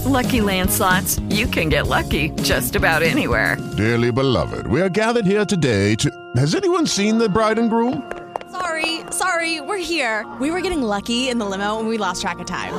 Lucky Land Slots, you can get lucky just about anywhere. Dearly beloved, we are gathered here today to... Has anyone seen the bride and groom? Sorry, we're here. We were getting lucky in the limo and we lost track of time.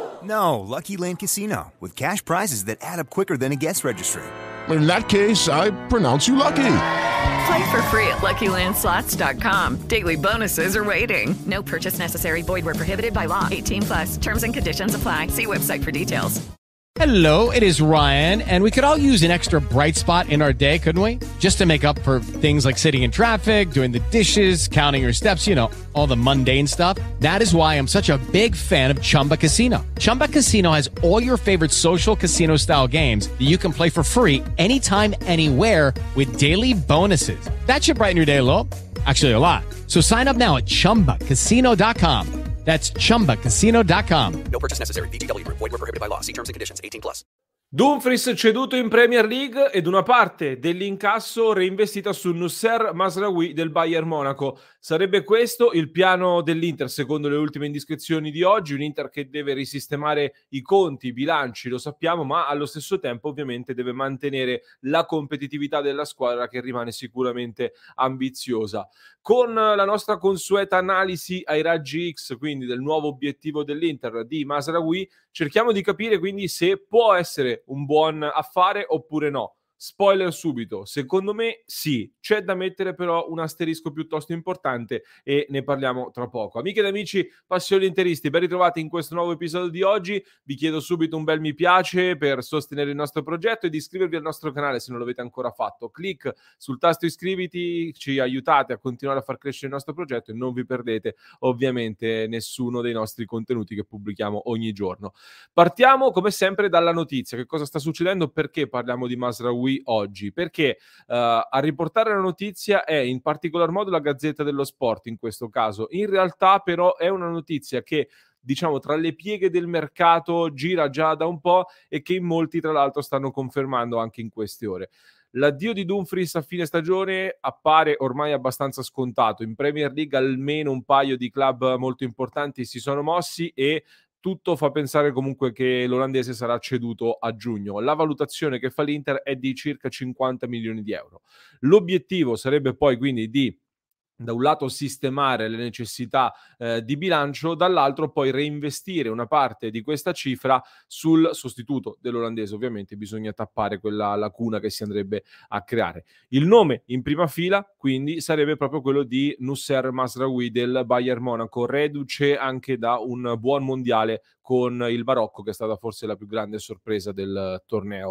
No, Lucky Land Casino, with cash prizes that add up quicker than a guest registry. In that case, I pronounce you lucky. Play for free at LuckyLandSlots.com. Daily bonuses are waiting. No purchase necessary. Void where prohibited by law. 18+. Terms and conditions apply. See website for details. Hello, it is Ryan, and we could all use an extra bright spot in our day, couldn't we? Just to make up for things like sitting in traffic, doing the dishes, counting your steps, you know, all the mundane stuff. That is why I'm such a big fan of Chumba Casino. Chumba Casino has all your favorite social casino-style games that you can play for free anytime, anywhere with daily bonuses. That should brighten your day a little. Actually, a lot. So sign up now at ChumbaCasino.com. That's ChumbaCasino.com. No purchase necessary. VGW Group. Void where prohibited by law. See terms and conditions. 18+. Dumfries ceduto in Premier League ed una parte dell'incasso reinvestita su Nusser Mazraoui del Bayern Monaco. Sarebbe questo il piano dell'Inter secondo le ultime indiscrezioni di oggi, un Inter che deve risistemare i conti, i bilanci, lo sappiamo, ma allo stesso tempo ovviamente deve mantenere la competitività della squadra che rimane sicuramente ambiziosa. Con la nostra consueta analisi ai raggi X, quindi del nuovo obiettivo dell'Inter di Mazraoui, cerchiamo di capire quindi se può essere un buon affare oppure no. Spoiler subito, secondo me sì, c'è da mettere però un asterisco piuttosto importante e ne parliamo tra poco. Amiche ed amici passioni interisti, ben ritrovati in questo nuovo episodio di oggi. Vi chiedo subito un bel mi piace per sostenere il nostro progetto e di iscrivervi al nostro canale se non l'avete ancora fatto. Clic sul tasto iscriviti, ci aiutate a continuare a far crescere il nostro progetto e non vi perdete ovviamente nessuno dei nostri contenuti che pubblichiamo ogni giorno. Partiamo come sempre dalla notizia. Che cosa sta succedendo? Perché parliamo di Mazraoui oggi? Perché a riportare la notizia è in particolar modo la Gazzetta dello Sport in questo caso. In realtà però è una notizia che diciamo tra le pieghe del mercato gira già da un po' e che in molti tra l'altro stanno confermando anche in queste ore. L'addio di Dumfries a fine stagione appare ormai abbastanza scontato. In Premier League almeno un paio di club molto importanti si sono mossi e tutto fa pensare comunque che l'olandese sarà ceduto a giugno. La valutazione che fa l'Inter è di circa 50 milioni di euro. L'obiettivo sarebbe poi quindi di da un lato sistemare le necessità di bilancio, dall'altro poi reinvestire una parte di questa cifra sul sostituto dell'olandese. Ovviamente bisogna tappare quella lacuna che si andrebbe a creare. Il nome in prima fila quindi sarebbe proprio quello di Nusser Mazraoui del Bayern Monaco, reduce anche da un buon mondiale con il Marocco, che è stata forse la più grande sorpresa del torneo.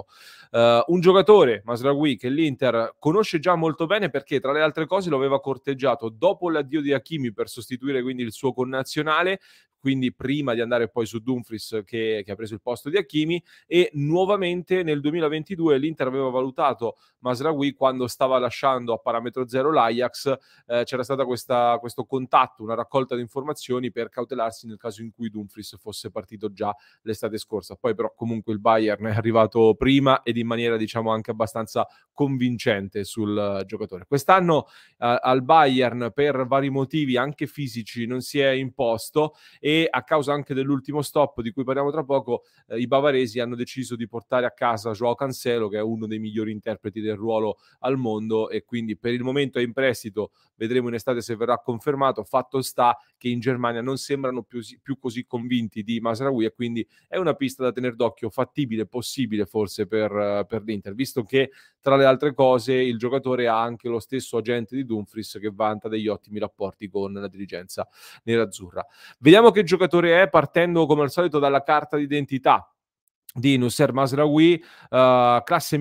Un giocatore, Mazraoui, che l'Inter conosce già molto bene perché tra le altre cose lo aveva corteggiato dopo l'addio di Hakimi per sostituire quindi il suo connazionale, quindi prima di andare poi su Dumfries che ha preso il posto di Hakimi, e nuovamente nel 2022 l'Inter aveva valutato Mazraoui quando stava lasciando a parametro zero l'Ajax. C'era stata questo contatto, una raccolta di informazioni per cautelarsi nel caso in cui Dumfries fosse partito già l'estate scorsa. Poi però comunque il Bayern è arrivato prima ed in maniera diciamo anche abbastanza convincente sul giocatore. Quest'anno al Bayern per vari motivi anche fisici non si è imposto e a causa anche dell'ultimo stop di cui parliamo tra poco, i bavaresi hanno deciso di portare a casa Joao Cancelo, che è uno dei migliori interpreti del ruolo al mondo, e quindi per il momento è in prestito, vedremo in estate se verrà confermato. Fatto sta che in Germania non sembrano più così convinti di Mazraoui e quindi è una pista da tenere d'occhio, fattibile, possibile forse per l'Inter, visto che tra le altre cose il giocatore ha anche lo stesso agente di Dumfries che vanta degli ottimi rapporti con la dirigenza nerazzurra. Vediamo che giocatore è, partendo come al solito dalla carta d'identità di Nusser Mazraoui, classe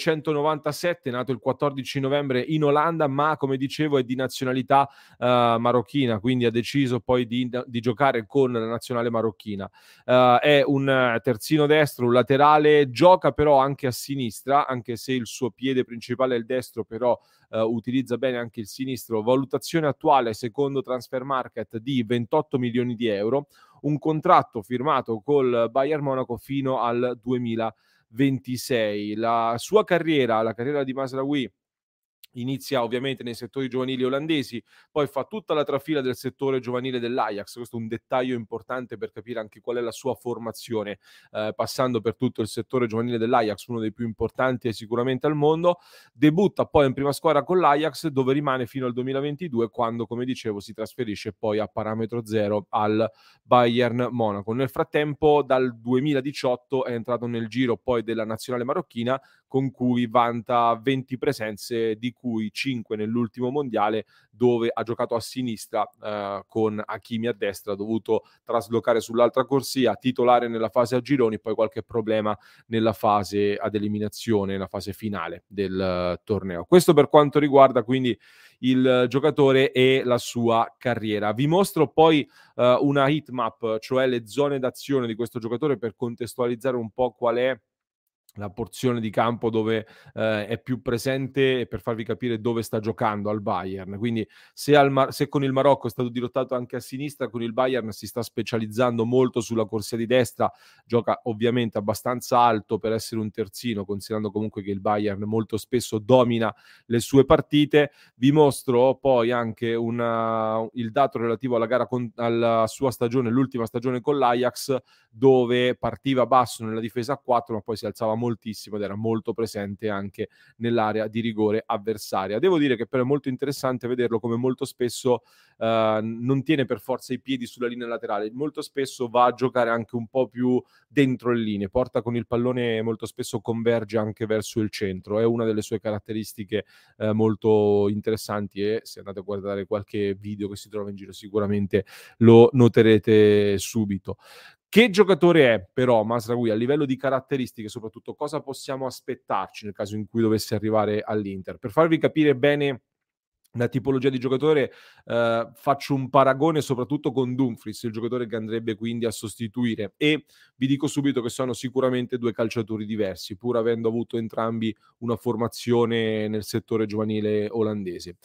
1997, nato il 14 novembre in Olanda, ma come dicevo è di nazionalità marocchina, quindi ha deciso poi di giocare con la nazionale marocchina. È un terzino destro, un laterale, gioca però anche a sinistra, anche se il suo piede principale è il destro, però utilizza bene anche il sinistro. Valutazione attuale secondo Transfermarkt di 28 milioni di euro, un contratto firmato col Bayern Monaco fino al 2026. La sua carriera, la carriera di Mazraoui, Inizia ovviamente nei settori giovanili olandesi, poi fa tutta la trafila del settore giovanile dell'Ajax. Questo è un dettaglio importante per capire anche qual è la sua formazione, passando per tutto il settore giovanile dell'Ajax, uno dei più importanti sicuramente al mondo. Debutta poi in prima squadra con l'Ajax, dove rimane fino al 2022, quando, come dicevo, si trasferisce poi a parametro zero al Bayern Monaco. Nel frattempo, dal 2018 è entrato nel giro poi della nazionale marocchina, con cui vanta 20 presenze, di cui 5 nell'ultimo mondiale, dove ha giocato a sinistra con Hakimi a destra, ha dovuto traslocare sull'altra corsia, titolare nella fase a gironi, poi qualche problema nella fase ad eliminazione, nella fase finale del torneo. Questo per quanto riguarda quindi il giocatore e la sua carriera. Vi mostro poi una heatmap, cioè le zone d'azione di questo giocatore, per contestualizzare un po' qual è la porzione di campo dove è più presente, e per farvi capire dove sta giocando al Bayern. Quindi se con il Marocco è stato dirottato anche a sinistra, con il Bayern si sta specializzando molto sulla corsia di destra, gioca ovviamente abbastanza alto per essere un terzino, considerando comunque che il Bayern molto spesso domina le sue partite. Vi mostro poi anche il dato relativo alla gara alla sua stagione, l'ultima stagione con l'Ajax, dove partiva basso nella difesa a 4, ma poi si alzava moltissimo ed era molto presente anche nell'area di rigore avversaria. Devo dire che però è molto interessante vederlo come molto spesso non tiene per forza i piedi sulla linea laterale, molto spesso va a giocare anche un po' più dentro le linee, porta con il pallone, molto spesso converge anche verso il centro, è una delle sue caratteristiche molto interessanti, e se andate a guardare qualche video che si trova in giro sicuramente lo noterete subito. Che giocatore è però Mazraoui a livello di caratteristiche, soprattutto cosa possiamo aspettarci nel caso in cui dovesse arrivare all'Inter? Per farvi capire bene la tipologia di giocatore, faccio un paragone soprattutto con Dumfries, il giocatore che andrebbe quindi a sostituire, e vi dico subito che sono sicuramente due calciatori diversi, pur avendo avuto entrambi una formazione nel settore giovanile olandese.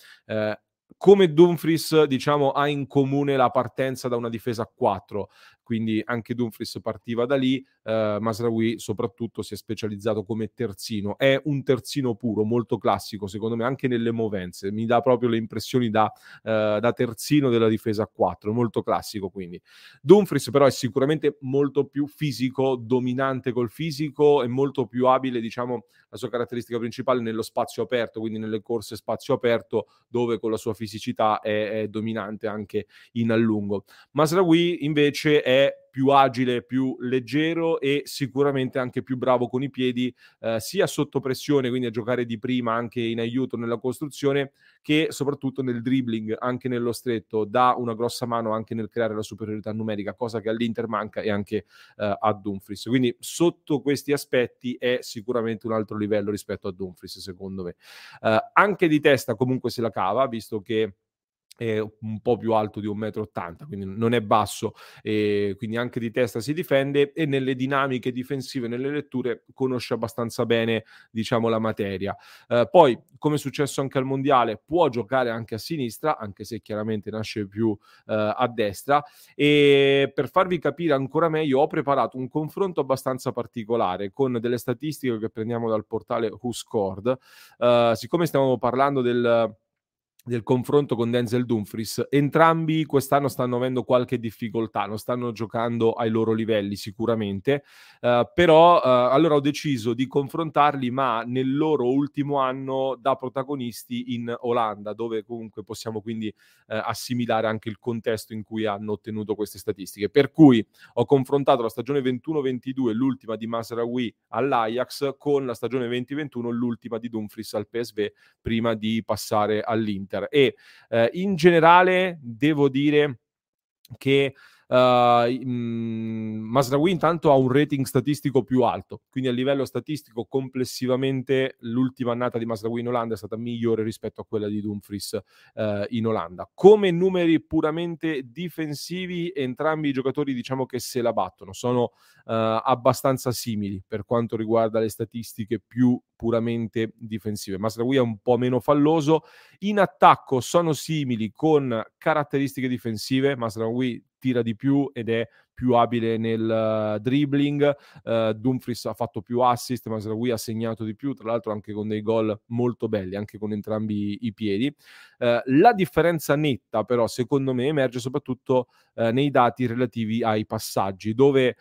Come Dumfries, diciamo, ha in comune la partenza da una difesa a 4, quindi anche Dumfries partiva da lì. Mazraoui soprattutto si è specializzato come terzino, è un terzino puro, molto classico secondo me, anche nelle movenze, mi dà proprio le impressioni da terzino della difesa a 4, molto classico. Quindi Dumfries però è sicuramente molto più fisico, dominante col fisico, e molto più abile, diciamo, la sua caratteristica principale nello spazio aperto, quindi nelle corse spazio aperto, dove con la sua fisicità è dominante anche in allungo. Mazraoui invece è più agile, più leggero e sicuramente anche più bravo con i piedi, sia sotto pressione, quindi a giocare di prima anche in aiuto nella costruzione, che soprattutto nel dribbling, anche nello stretto, dà una grossa mano anche nel creare la superiorità numerica, cosa che all'Inter manca e anche a Dumfries. Quindi sotto questi aspetti è sicuramente un altro livello rispetto a Dumfries, secondo me. Anche di testa comunque se la cava, visto che è un po' più alto di 1,80 m, quindi non è basso, e quindi anche di testa si difende, e nelle dinamiche difensive, nelle letture, conosce abbastanza bene, diciamo, la materia. Poi, come è successo anche al mondiale, può giocare anche a sinistra, anche se chiaramente nasce più a destra. E per farvi capire ancora meglio ho preparato un confronto abbastanza particolare con delle statistiche che prendiamo dal portale WhoScored. Siccome stiamo parlando del confronto con Denzel Dumfries, entrambi quest'anno stanno avendo qualche difficoltà, non stanno giocando ai loro livelli sicuramente, però allora ho deciso di confrontarli, ma nel loro ultimo anno da protagonisti in Olanda, dove comunque possiamo quindi assimilare anche il contesto in cui hanno ottenuto queste statistiche. Per cui ho confrontato la stagione 21-22, l'ultima di Mazraoui all'Ajax, con la stagione 2021, l'ultima di Dumfries al PSV, prima di passare all'Inter. E in generale devo dire che Mazraoui intanto ha un rating statistico più alto, quindi a livello statistico complessivamente l'ultima annata di Mazraoui in Olanda è stata migliore rispetto a quella di Dumfries in Olanda. Come numeri puramente difensivi, entrambi i giocatori diciamo che se la battono, sono abbastanza simili per quanto riguarda le statistiche più puramente difensive. Mazraoui è un po' meno falloso, in attacco sono simili con caratteristiche difensive. Mazraoui tira di più ed è più abile nel dribbling. Dumfries ha fatto più assist, Mazraoui ha segnato di più, tra l'altro anche con dei gol molto belli, anche con entrambi i piedi. La differenza netta però secondo me emerge soprattutto nei dati relativi ai passaggi, dove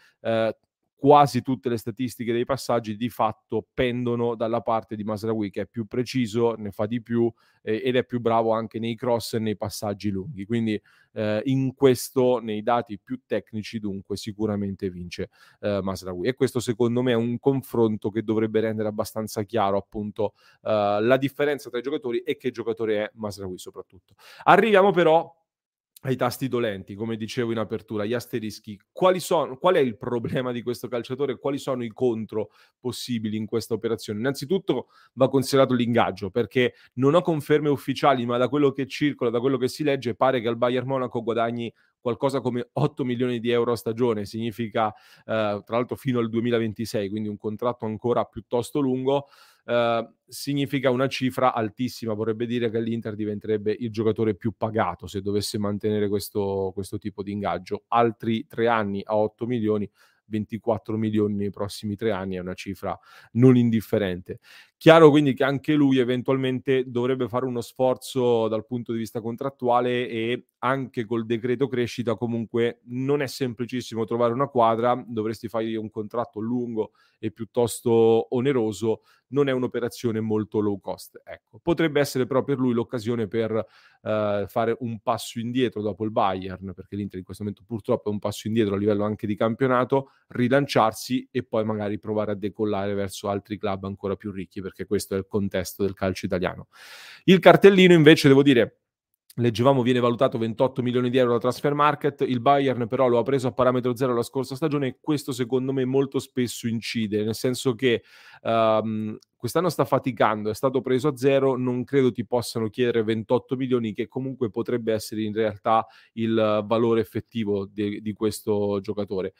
quasi tutte le statistiche dei passaggi di fatto pendono dalla parte di Mazraoui, che è più preciso, ne fa di più ed è più bravo anche nei cross e nei passaggi lunghi. Quindi in questo, nei dati più tecnici, dunque sicuramente vince Mazraoui, e questo secondo me è un confronto che dovrebbe rendere abbastanza chiaro appunto la differenza tra i giocatori e che giocatore è Mazraoui soprattutto. Arriviamo però ai tasti dolenti, come dicevo in apertura, gli asterischi. Qual è il problema di questo calciatore? Quali sono i contro possibili in questa operazione? Innanzitutto va considerato l'ingaggio, perché non ho conferme ufficiali, ma da quello che circola, da quello che si legge, pare che al Bayern Monaco guadagni qualcosa come 8 milioni di euro a stagione. Significa tra l'altro fino al 2026, quindi un contratto ancora piuttosto lungo. Significa una cifra altissima, vorrebbe dire che l'Inter diventerebbe il giocatore più pagato se dovesse mantenere questo tipo di ingaggio. Altri 3 anni a 8 milioni, 24 milioni nei prossimi 3 anni, è una cifra non indifferente. Chiaro quindi che anche lui eventualmente dovrebbe fare uno sforzo dal punto di vista contrattuale, e anche col decreto crescita comunque non è semplicissimo trovare una quadra. Dovresti fare un contratto lungo e piuttosto oneroso, non è un'operazione molto low cost. Ecco, potrebbe essere però per lui l'occasione per fare un passo indietro dopo il Bayern, perché l'Inter in questo momento purtroppo è un passo indietro a livello anche di campionato, rilanciarsi e poi magari provare a decollare verso altri club ancora più ricchi, perché questo è il contesto del calcio italiano. Il cartellino invece, devo dire, leggevamo, viene valutato 28 milioni di euro da Transfer Market. Il Bayern però lo ha preso a parametro zero la scorsa stagione, e questo secondo me molto spesso incide, nel senso che quest'anno sta faticando, è stato preso a zero, non credo ti possano chiedere 28 milioni, che comunque potrebbe essere in realtà il valore effettivo di questo giocatore.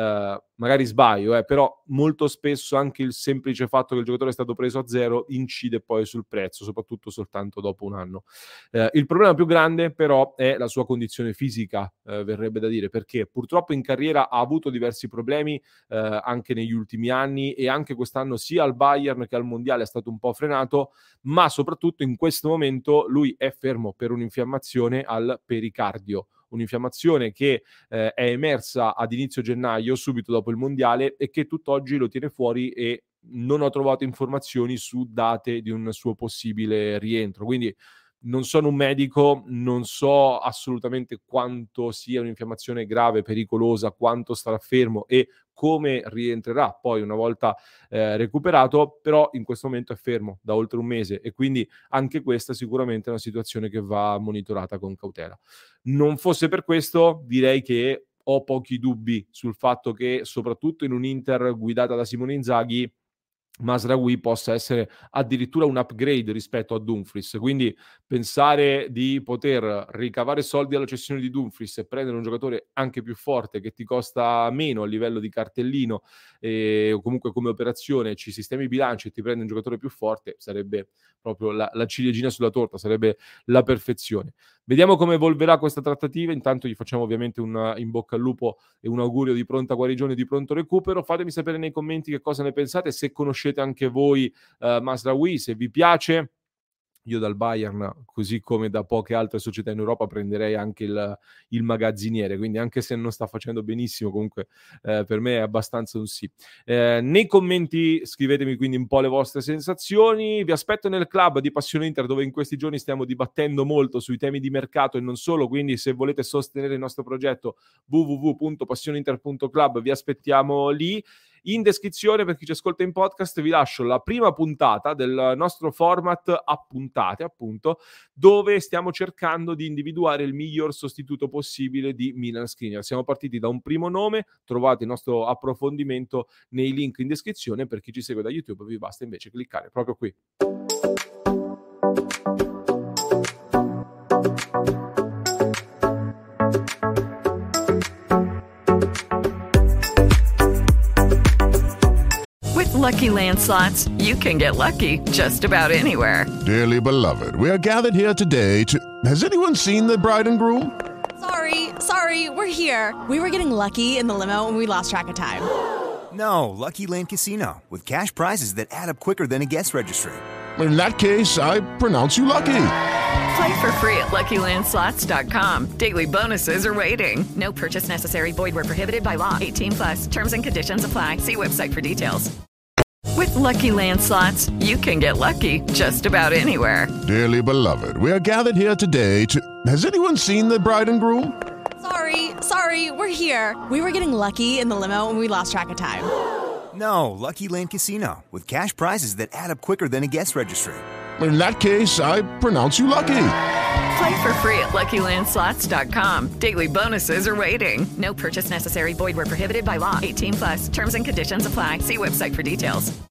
Magari sbaglio, però molto spesso anche il semplice fatto che il giocatore è stato preso a zero incide poi sul prezzo, soprattutto soltanto dopo un anno. Il problema più grande però è la sua condizione fisica, verrebbe da dire, perché purtroppo in carriera ha avuto diversi problemi anche negli ultimi anni, e anche quest'anno sia al Bayern che al Mondiale è stato un po' frenato, ma soprattutto in questo momento lui è fermo per un'infiammazione al pericardio, un'infiammazione che è emersa ad inizio gennaio, subito dopo il Mondiale, e che tutt'oggi lo tiene fuori, e non ho trovato informazioni su date di un suo possibile rientro. Quindi non sono un medico, non so assolutamente quanto sia un'infiammazione grave, pericolosa, quanto starà fermo e come rientrerà poi una volta recuperato, però in questo momento è fermo da oltre un mese, e quindi anche questa sicuramente è una situazione che va monitorata con cautela. Non fosse per questo, direi che ho pochi dubbi sul fatto che, soprattutto in un Inter guidata da Simone Inzaghi, Mazraoui possa essere addirittura un upgrade rispetto a Dumfries. Quindi pensare di poter ricavare soldi alla cessione di Dumfries e prendere un giocatore anche più forte, che ti costa meno a livello di cartellino o comunque come operazione, ci sistemi i bilanci e ti prendi un giocatore più forte, sarebbe proprio la ciliegina sulla torta, sarebbe la perfezione. Vediamo come evolverà questa trattativa. Intanto gli facciamo ovviamente un in bocca al lupo e un augurio di pronta guarigione e di pronto recupero. Fatemi sapere nei commenti che cosa ne pensate, se conoscete anche voi Mazraoui, se vi piace. Io dal Bayern, così come da poche altre società in Europa, prenderei anche il magazziniere, quindi anche se non sta facendo benissimo, comunque per me è abbastanza un sì. Nei commenti scrivetemi quindi un po' le vostre sensazioni. Vi aspetto nel club di Passione Inter, dove in questi giorni stiamo dibattendo molto sui temi di mercato e non solo, quindi se volete sostenere il nostro progetto www.passioneinter.club vi aspettiamo lì. In descrizione, per chi ci ascolta in podcast, vi lascio la prima puntata del nostro format a puntate, appunto, dove stiamo cercando di individuare il miglior sostituto possibile di Milan Skriniar. Siamo partiti da un primo nome, trovate il nostro approfondimento nei link in descrizione. Per chi ci segue da YouTube vi basta invece cliccare proprio qui. Lucky Land Slots, you can get lucky just about anywhere. Dearly beloved, we are gathered here today to... Has anyone seen the bride and groom? Sorry, we're here. We were getting lucky in the limo and we lost track of time. No, Lucky Land Casino, with cash prizes that add up quicker than a guest registry. In that case, I pronounce you lucky. Play for free at LuckyLandSlots.com. Daily bonuses are waiting. No purchase necessary. Void where prohibited by law. 18+. Terms and conditions apply. See website for details. With Lucky Land Slots, you can get lucky just about anywhere. Dearly beloved, we are gathered here today to... Has anyone seen the bride and groom? Sorry, we're here. We were getting lucky in the limo and we lost track of time. No, Lucky Land Casino, with cash prizes that add up quicker than a guest registry. In that case, I pronounce you lucky. Play for free at LuckyLandSlots.com. Daily bonuses are waiting. No purchase necessary. Void where prohibited by law. 18+. Terms and conditions apply. See website for details.